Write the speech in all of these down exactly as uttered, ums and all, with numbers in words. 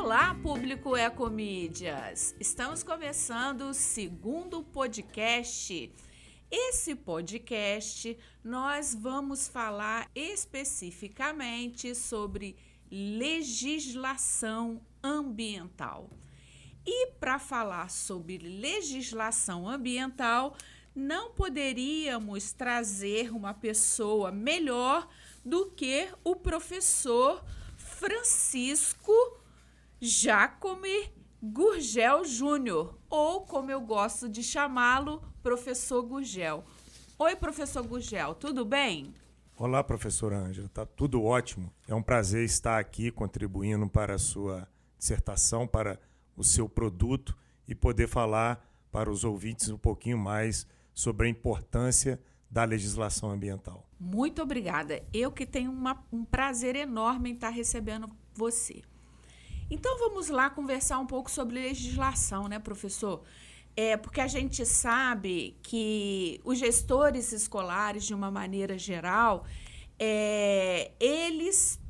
Olá, público Ecomídias! Estamos começando o segundo podcast. Esse podcast nós vamos falar especificamente sobre legislação ambiental. E para falar sobre legislação ambiental, não poderíamos trazer uma pessoa melhor do que o professor Francisco Jacome Gurgel Júnior, ou como eu gosto de chamá-lo, professor Gurgel. Oi, professor Gurgel, tudo bem? Olá, professora Ângela, está tudo ótimo. É um prazer estar aqui contribuindo para a sua dissertação, para o seu produto e poder falar para os ouvintes um pouquinho mais sobre a importância da legislação ambiental. Muito obrigada. Eu que tenho uma, um prazer enorme em estar recebendo você. Então, vamos lá conversar um pouco sobre legislação, né, professor? É, porque a gente sabe que os gestores escolares, de uma maneira geral, é, eles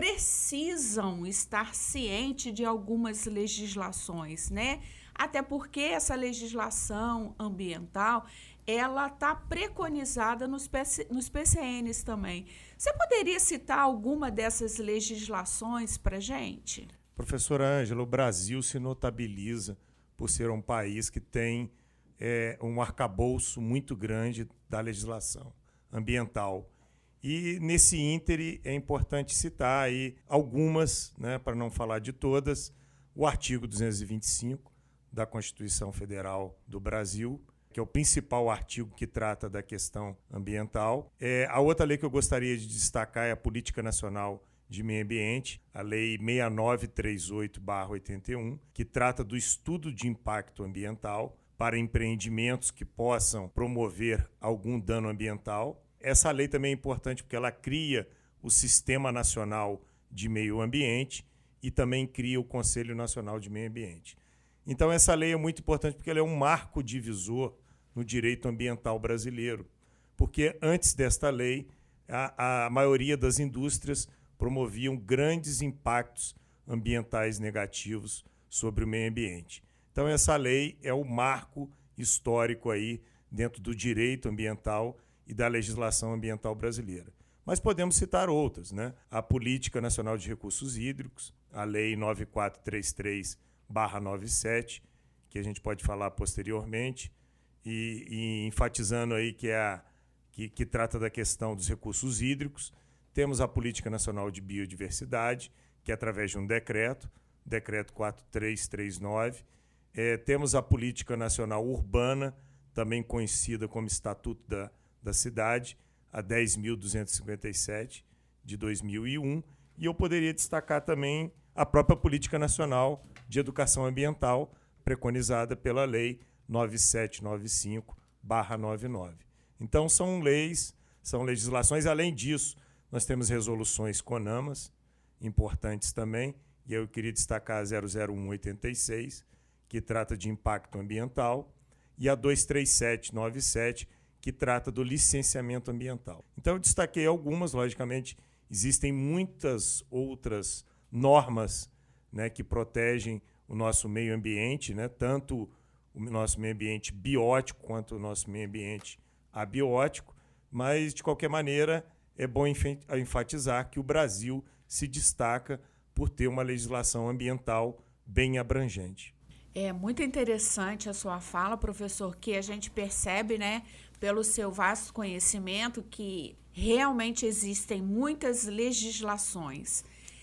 precisam estar cientes de algumas legislações, né? Até porque essa legislação ambiental, ela está preconizada nos, P C, nos P C Ns também. Você poderia citar alguma dessas legislações para a gente? Professora Ângela, o Brasil se notabiliza por ser um país que tem é, um arcabouço muito grande da legislação ambiental. E nesse íntere é importante citar aí algumas, né, para não falar de todas, o artigo duzentos e vinte e cinco da Constituição Federal do Brasil, que é o principal artigo que trata da questão ambiental. É, a outra lei que eu gostaria de destacar é a Política Nacional de Meio Ambiente, a Lei seis mil novecentos e trinta e oito barra oitenta e um, que trata do estudo de impacto ambiental para empreendimentos que possam promover algum dano ambiental. Essa lei também é importante porque ela cria o Sistema Nacional de Meio Ambiente e também cria o Conselho Nacional de Meio Ambiente. Então, essa lei é muito importante porque ela é um marco divisor no direito ambiental brasileiro, porque antes desta lei, a, a maioria das indústrias promoviam grandes impactos ambientais negativos sobre o meio ambiente. Então, essa lei é o marco histórico aí dentro do direito ambiental e da legislação ambiental brasileira. Mas podemos citar outras, né? A Política Nacional de Recursos Hídricos, a Lei nove mil quatrocentos e trinta e três barra noventa e sete, que a gente pode falar posteriormente, e, e enfatizando aí que, é a, que, que trata da questão dos recursos hídricos. Temos a Política Nacional de Biodiversidade, que é através de um decreto, decreto quatro mil trezentos e trinta e nove. É, temos a Política Nacional Urbana, também conhecida como Estatuto da, da Cidade, a dez mil duzentos e cinquenta e sete, de dois mil e um. E eu poderia destacar também a própria Política Nacional de Educação Ambiental, preconizada pela Lei nove mil setecentos e noventa e cinco barra noventa e nove. Então, são leis, são legislações. Além disso, nós temos resoluções CONAMAS, importantes também, e eu queria destacar a zero zero um oitenta e seis, que trata de impacto ambiental, e a dois três sete nove sete, que trata do licenciamento ambiental. Então, eu destaquei algumas, logicamente, existem muitas outras normas, né, que protegem o nosso meio ambiente, né, tanto o nosso meio ambiente biótico quanto o nosso meio ambiente abiótico, mas, de qualquer maneira, é bom enfatizar que o Brasil se destaca por ter uma legislação ambiental bem abrangente. É muito interessante a sua fala, professor, que a gente percebe, né, pelo seu vasto conhecimento, que realmente existem muitas legislações.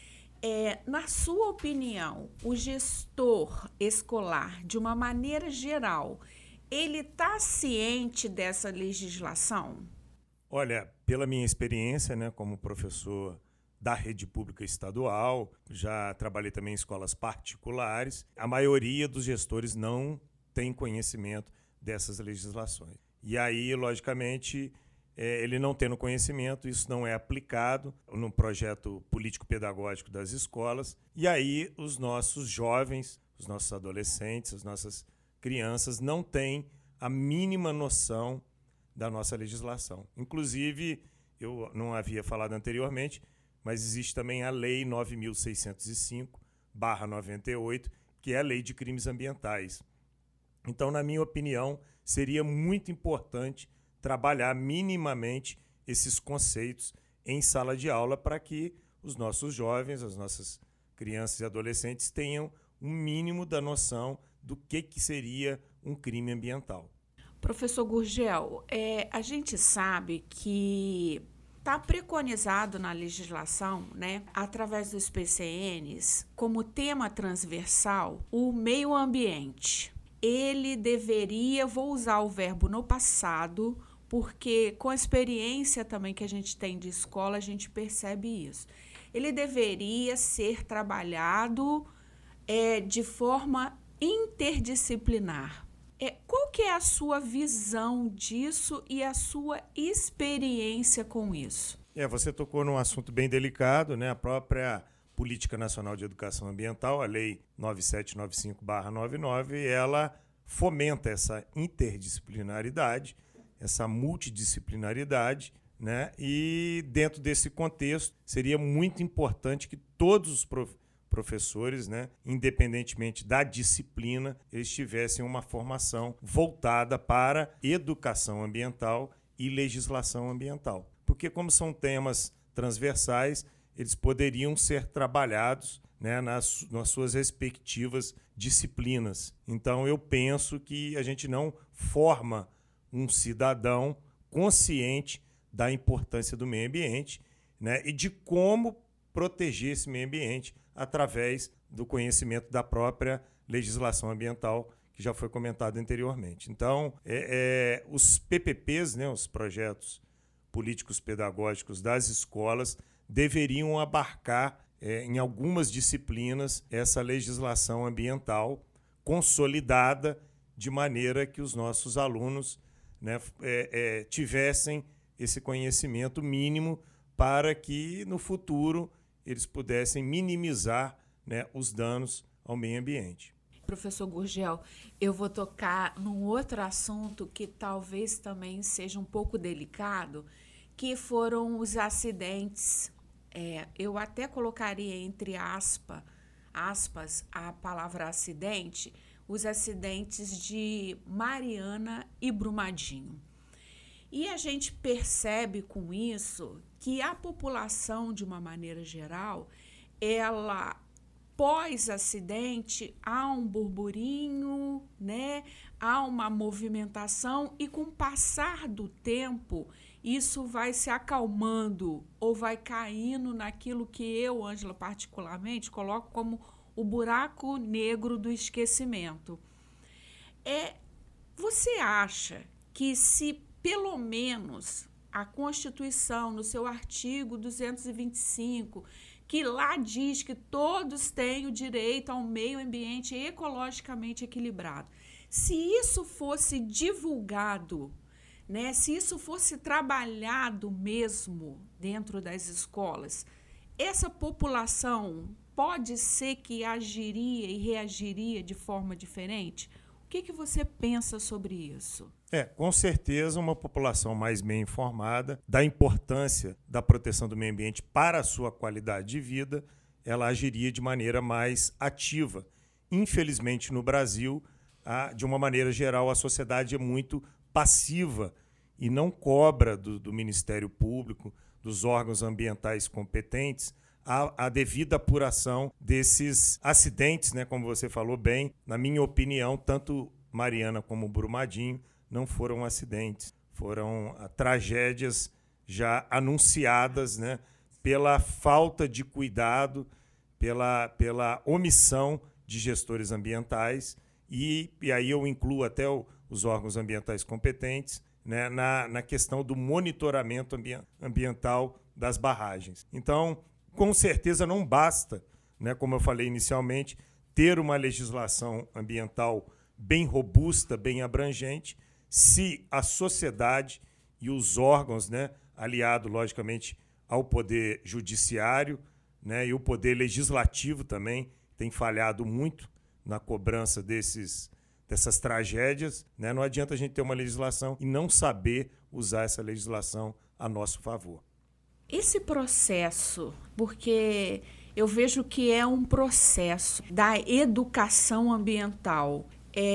É, na sua opinião, o gestor escolar, de uma maneira geral, ele está ciente dessa legislação? Olha, pela minha experiência, né, como professor da rede pública estadual, já trabalhei também em escolas particulares, a maioria dos gestores não tem conhecimento dessas legislações. E aí, logicamente, é, ele não tendo conhecimento, isso não é aplicado no projeto político-pedagógico das escolas, e aí os nossos jovens, os nossos adolescentes, as nossas crianças não têm a mínima noção da nossa legislação. Inclusive, eu não havia falado anteriormente, mas existe também a Lei nove mil seiscentos e cinco, barra noventa e oito, que é a Lei de Crimes Ambientais. Então, na minha opinião, seria muito importante trabalhar minimamente esses conceitos em sala de aula para que os nossos jovens, as nossas crianças e adolescentes tenham um mínimo da noção do que, que seria um crime ambiental. Professor Gurgel, é, a gente sabe que está preconizado na legislação, né, através dos P C Ns, como tema transversal, o meio ambiente. Ele deveria, vou usar o verbo no passado, porque com a experiência também que a gente tem de escola, a gente percebe isso. Ele deveria ser trabalhado é, de forma interdisciplinar. É, qual que é a sua visão disso e a sua experiência com isso? É, você tocou num assunto bem delicado, né? A própria Política Nacional de Educação Ambiental, a Lei nove sete nove cinco barra noventa e nove, ela fomenta essa interdisciplinaridade, essa multidisciplinaridade, né? E dentro desse contexto, seria muito importante que todos os prof... professores, né, independentemente da disciplina, eles tivessem uma formação voltada para educação ambiental e legislação ambiental. Porque, como são temas transversais, eles poderiam ser trabalhados, né, nas, nas suas respectivas disciplinas. Então, eu penso que a gente não forma um cidadão consciente da importância do meio ambiente, né, e de como proteger esse meio ambiente através do conhecimento da própria legislação ambiental, que já foi comentado anteriormente. Então, é, é, os P P Ps, né, os projetos políticos pedagógicos das escolas, deveriam abarcar, é, em algumas disciplinas, essa legislação ambiental consolidada, de maneira que os nossos alunos, né, é, é, tivessem esse conhecimento mínimo para que, no futuro, eles pudessem minimizar, né, os danos ao meio ambiente. Professor Gurgel, eu vou tocar num outro assunto que talvez também seja um pouco delicado, que foram os acidentes. É, eu até colocaria entre aspas, aspas a palavra acidente, os acidentes de Mariana e Brumadinho. E a gente percebe com isso que a população, de uma maneira geral, ela, pós-acidente, há um burburinho, né? Há uma movimentação e, com o passar do tempo, isso vai se acalmando ou vai caindo naquilo que eu, Ângela, particularmente, coloco como o buraco negro do esquecimento. É, você acha que se pelo menos a Constituição, no seu artigo duzentos e vinte e cinco, que lá diz que todos têm o direito ao meio ambiente ecologicamente equilibrado, se isso fosse divulgado, né, se isso fosse trabalhado mesmo dentro das escolas, essa população pode ser que agiria e reagiria de forma diferente? O que, que você pensa sobre isso? É, com certeza uma população mais bem informada da importância da proteção do meio ambiente para a sua qualidade de vida, ela agiria de maneira mais ativa. Infelizmente, no Brasil, a, de uma maneira geral, a sociedade é muito passiva e não cobra do, do Ministério Público, dos órgãos ambientais competentes, a, a devida apuração desses acidentes, né, como você falou bem. Na minha opinião, tanto Mariana como Brumadinho não foram acidentes, foram ah, tragédias já anunciadas, né, pela falta de cuidado, pela, pela omissão de gestores ambientais, e, e aí eu incluo até o, os órgãos ambientais competentes, né, na, na questão do monitoramento ambi- ambiental das barragens. Então, com certeza não basta, né, como eu falei inicialmente, ter uma legislação ambiental bem robusta, bem abrangente, se a sociedade e os órgãos, né, aliado, logicamente, ao poder judiciário, né, e o poder legislativo também, tem falhado muito na cobrança desses, dessas tragédias, né? Não adianta a gente ter uma legislação e não saber usar essa legislação a nosso favor. Esse processo, porque eu vejo que é um processo da educação ambiental.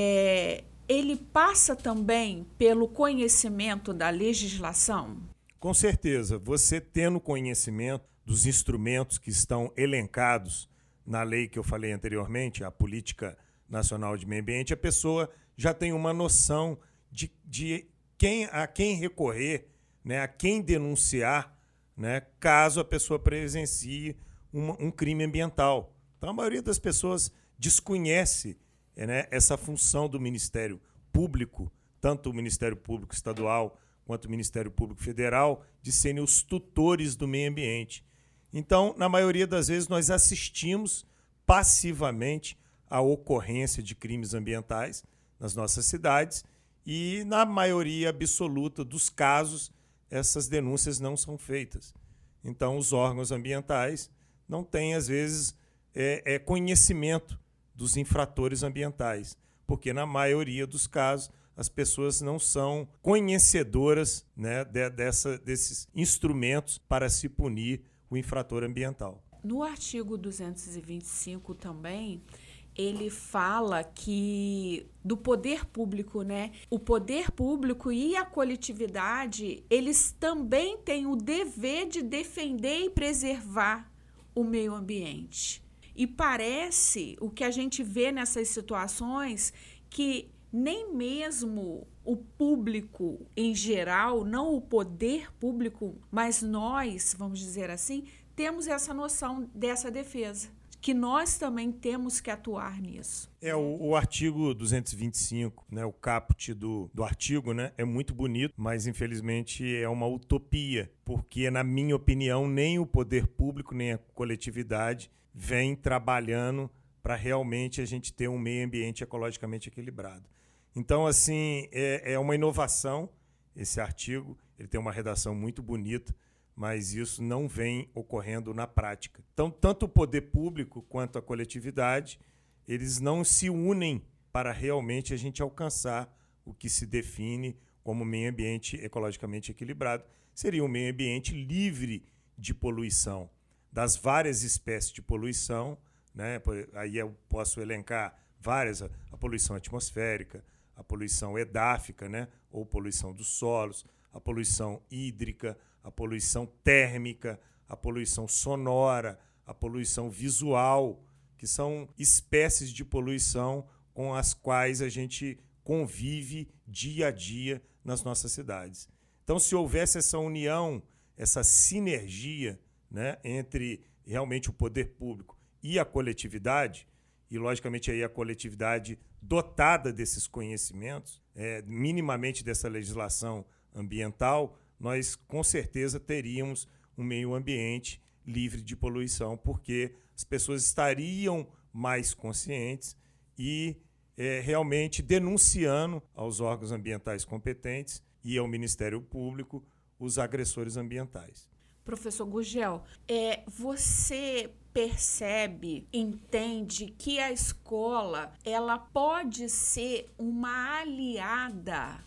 É, ele passa também pelo conhecimento da legislação? Com certeza. Você tendo conhecimento dos instrumentos que estão elencados na lei que eu falei anteriormente, a Política Nacional de Meio Ambiente, a pessoa já tem uma noção de, de quem, a quem recorrer, né, a quem denunciar, né, caso a pessoa presencie uma, um crime ambiental. Então, a maioria das pessoas desconhece, né, essa função do Ministério Público, tanto o Ministério Público Estadual quanto o Ministério Público Federal, de serem os tutores do meio ambiente. Então, na maioria das vezes, nós assistimos passivamente à ocorrência de crimes ambientais nas nossas cidades e, na maioria absoluta dos casos, essas denúncias não são feitas. Então, os órgãos ambientais não têm, às vezes, é, é, conhecimento dos infratores ambientais, porque, na maioria dos casos, as pessoas não são conhecedoras, né, de, dessa, desses instrumentos para se punir o infrator ambiental. No artigo duzentos e vinte e cinco também, ele fala que do poder público, né? O poder público e a coletividade, eles também têm o dever de defender e preservar o meio ambiente. E parece, o que a gente vê nessas situações, que nem mesmo o público em geral, não o poder público, mas nós, vamos dizer assim, temos essa noção dessa defesa, que nós também temos que atuar nisso. É, o, o artigo duzentos e vinte e cinco, né, o caput do, do artigo, né, é muito bonito, mas infelizmente é uma utopia, porque, na minha opinião, nem o poder público, nem a coletividade vem trabalhando para realmente a gente ter um meio ambiente ecologicamente equilibrado. Então, assim, é, é uma inovação esse artigo, ele tem uma redação muito bonita, mas isso não vem ocorrendo na prática. Então, tanto o poder público quanto a coletividade, eles não se unem para realmente a gente alcançar o que se define como meio ambiente ecologicamente equilibrado. Seria um meio ambiente livre de poluição, das várias espécies de poluição, né? Aí eu posso elencar várias, a poluição atmosférica, a poluição edáfica, né? Ou poluição dos solos, a poluição hídrica, a poluição térmica, a poluição sonora, a poluição visual, que são espécies de poluição com as quais a gente convive dia a dia nas nossas cidades. Então, se houvesse essa união, essa sinergia, né, entre realmente o poder público e a coletividade, e, logicamente, aí a coletividade dotada desses conhecimentos, é, minimamente dessa legislação ambiental, nós, com certeza, teríamos um meio ambiente livre de poluição, porque as pessoas estariam mais conscientes e é, realmente denunciando aos órgãos ambientais competentes e ao Ministério Público os agressores ambientais. Professor Gurgel, é, você percebe, entende que a escola ela pode ser uma aliada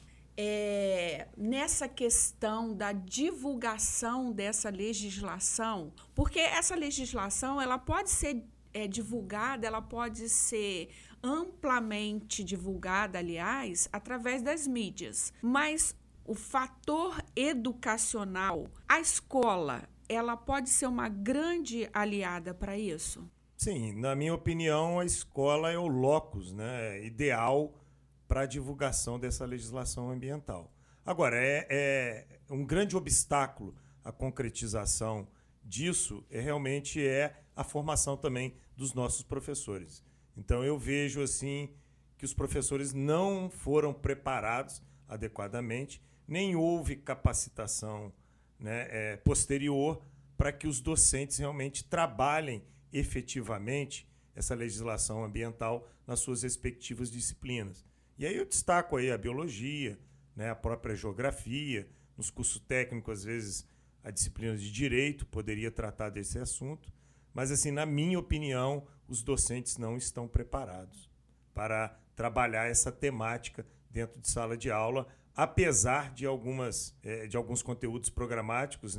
é, nessa questão da divulgação dessa legislação? Porque essa legislação ela pode ser é, divulgada, ela pode ser amplamente divulgada, aliás, através das mídias, mas o fator educacional, a escola, ela pode ser uma grande aliada para isso? Sim, na minha opinião, a escola é o locus, né, ideal para a divulgação dessa legislação ambiental. Agora, é, é um grande obstáculo à concretização disso é realmente é a formação também dos nossos professores. Então, eu vejo assim que os professores não foram preparados adequadamente, nem houve capacitação, né, é, posterior para que os docentes realmente trabalhem efetivamente essa legislação ambiental nas suas respectivas disciplinas. E aí eu destaco aí a biologia, né, a própria geografia, nos cursos técnicos, às vezes, a disciplina de direito poderia tratar desse assunto, mas, assim, na minha opinião, os docentes não estão preparados para trabalhar essa temática dentro de sala de aula, apesar de, algumas, eh, de alguns conteúdos programáticos, né,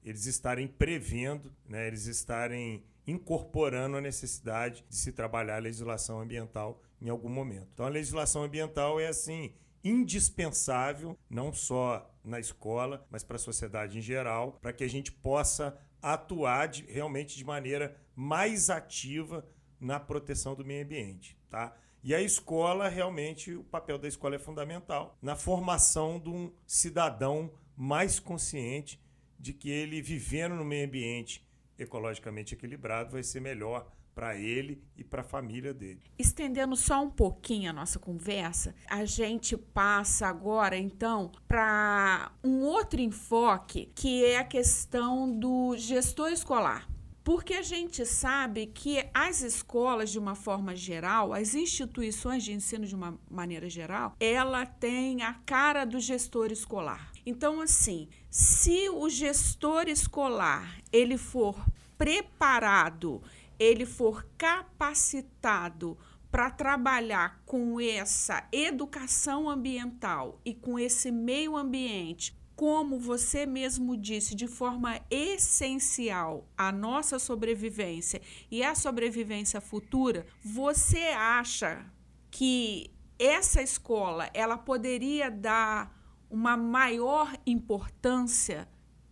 eles estarem prevendo, né, eles estarem incorporando a necessidade de se trabalhar a legislação ambiental em algum momento. Então, a legislação ambiental é, assim, indispensável, não só na escola, mas para a sociedade em geral, para que a gente possa atuar de, realmente de maneira mais ativa na proteção do meio ambiente, tá? E a escola, realmente, o papel da escola é fundamental na formação de um cidadão mais consciente de que ele, vivendo no meio ambiente ecologicamente equilibrado, vai ser melhor para ele e para a família dele. Estendendo só um pouquinho a nossa conversa, a gente passa agora, então, para um outro enfoque, que é a questão do gestor escolar. Porque a gente sabe que as escolas, de uma forma geral, as instituições de ensino de uma maneira geral, ela tem a cara do gestor escolar. Então, assim, se o gestor escolar ele for preparado, ele for capacitado para trabalhar com essa educação ambiental e com esse meio ambiente, como você mesmo disse, de forma essencial à nossa sobrevivência e à sobrevivência futura, você acha que essa escola ela poderia dar uma maior importância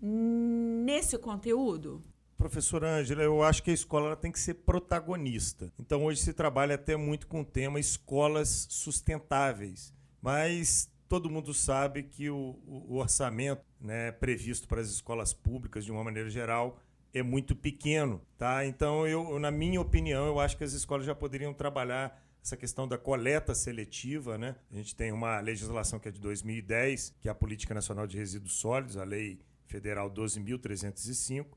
nesse conteúdo? Professora Ângela, eu acho que a escola ela tem que ser protagonista. Então, hoje se trabalha até muito com o tema escolas sustentáveis, mas todo mundo sabe que o, o orçamento, né, previsto para as escolas públicas, de uma maneira geral, é muito pequeno, tá? Então, eu, na minha opinião, eu acho que as escolas já poderiam trabalhar essa questão da coleta seletiva, né? A gente tem uma legislação que é de dois mil e dez, que é a Política Nacional de Resíduos Sólidos, a Lei Federal doze mil trezentos e cinco,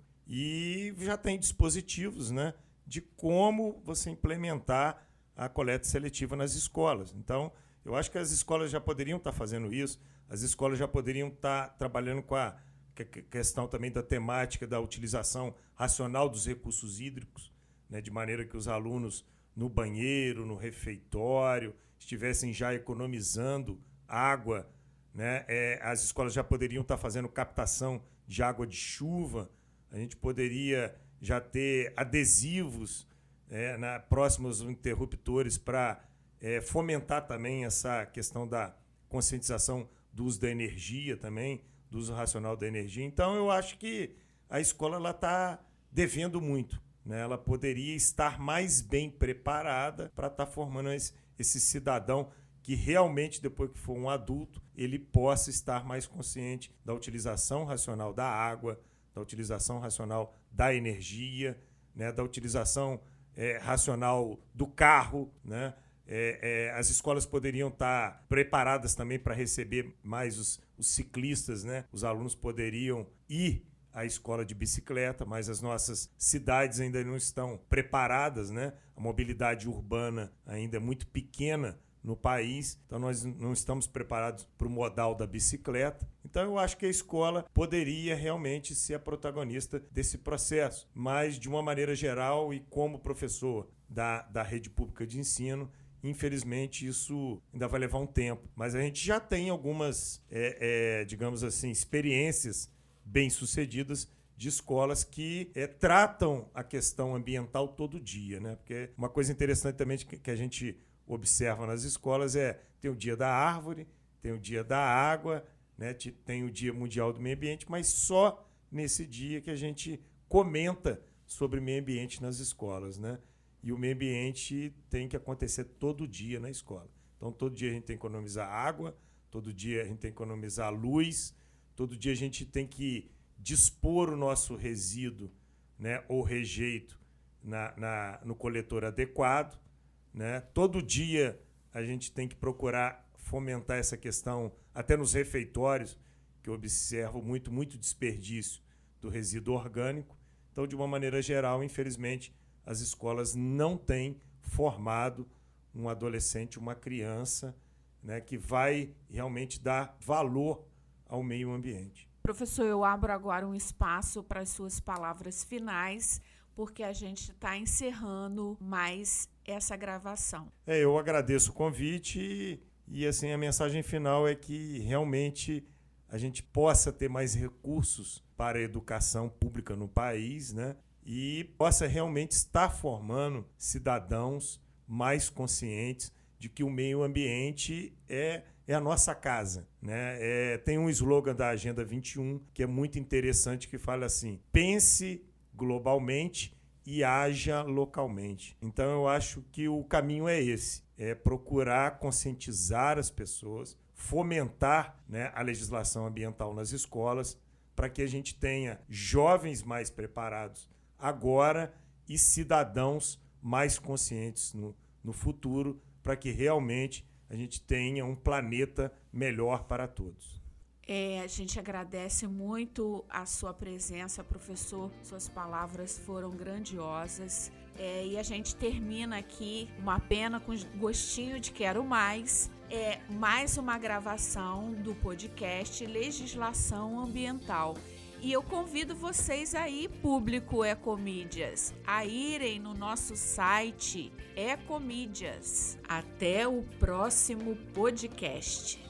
e já tem dispositivos, né, de como você implementar a coleta seletiva nas escolas. Então, eu acho que as escolas já poderiam estar fazendo isso, as escolas já poderiam estar trabalhando com a questão também da temática da utilização racional dos recursos hídricos, né, de maneira que os alunos no banheiro, no refeitório, estivessem já economizando água, né? É, as escolas já poderiam estar fazendo captação de água de chuva, a gente poderia já ter adesivos, é, na, próximos interruptores para é, fomentar também essa questão da conscientização do uso da energia também, do uso racional da energia. Então, eu acho que a escola está devendo muito, né? Ela poderia estar mais bem preparada para estar tá formando esse, esse cidadão que realmente, depois que for um adulto, ele possa estar mais consciente da utilização racional da água, da utilização racional da energia, né, da utilização é, racional do carro, né? É, é, as escolas poderiam estar preparadas também para receber mais os, os ciclistas, né? Os alunos poderiam ir à escola de bicicleta, mas as nossas cidades ainda não estão preparadas, né? A mobilidade urbana ainda é muito pequena no país, então nós não estamos preparados para o modal da bicicleta. Então eu acho que a escola poderia realmente ser a protagonista desse processo, mas de uma maneira geral e como professor da, da rede pública de ensino, infelizmente isso ainda vai levar um tempo. Mas a gente já tem algumas, é, é, digamos assim, experiências bem-sucedidas de escolas que é, tratam a questão ambiental todo dia, né? Porque uma coisa interessante também que, que a gente observa nas escolas é, tem o dia da árvore, tem o dia da água, né, tem o dia mundial do meio ambiente, mas só nesse dia que a gente comenta sobre meio ambiente nas escolas, né? E o meio ambiente tem que acontecer todo dia na escola. Então, todo dia a gente tem que economizar água, todo dia a gente tem que economizar luz, todo dia a gente tem que dispor o nosso resíduo, né, ou rejeito na, na, no coletor adequado, né? Todo dia a gente tem que procurar fomentar essa questão, até nos refeitórios, que eu observo muito, muito desperdício do resíduo orgânico. Então, de uma maneira geral, infelizmente, as escolas não têm formado um adolescente, uma criança, né, que vai realmente dar valor ao meio ambiente. Professor, eu abro agora um espaço para as suas palavras finais, porque a gente está encerrando mais essa gravação. É, eu agradeço o convite e, e assim, a mensagem final é que realmente a gente possa ter mais recursos para a educação pública no país, né? E possa realmente estar formando cidadãos mais conscientes de que o meio ambiente é, é a nossa casa, né? É, tem um slogan da Agenda vinte e um que é muito interessante, que fala assim: pense globalmente e haja localmente. Então, eu acho que o caminho é esse, é procurar conscientizar as pessoas, fomentar, né, a legislação ambiental nas escolas, para que a gente tenha jovens mais preparados agora e cidadãos mais conscientes no, no futuro, para que realmente a gente tenha um planeta melhor para todos. É, a gente agradece muito a sua presença, professor. Suas palavras foram grandiosas. É, e a gente termina aqui, uma pena com gostinho de quero mais. É mais uma gravação do podcast Legislação Ambiental. E eu convido vocês aí, público Ecomídias, a irem no nosso site Ecomídias. Até o próximo podcast.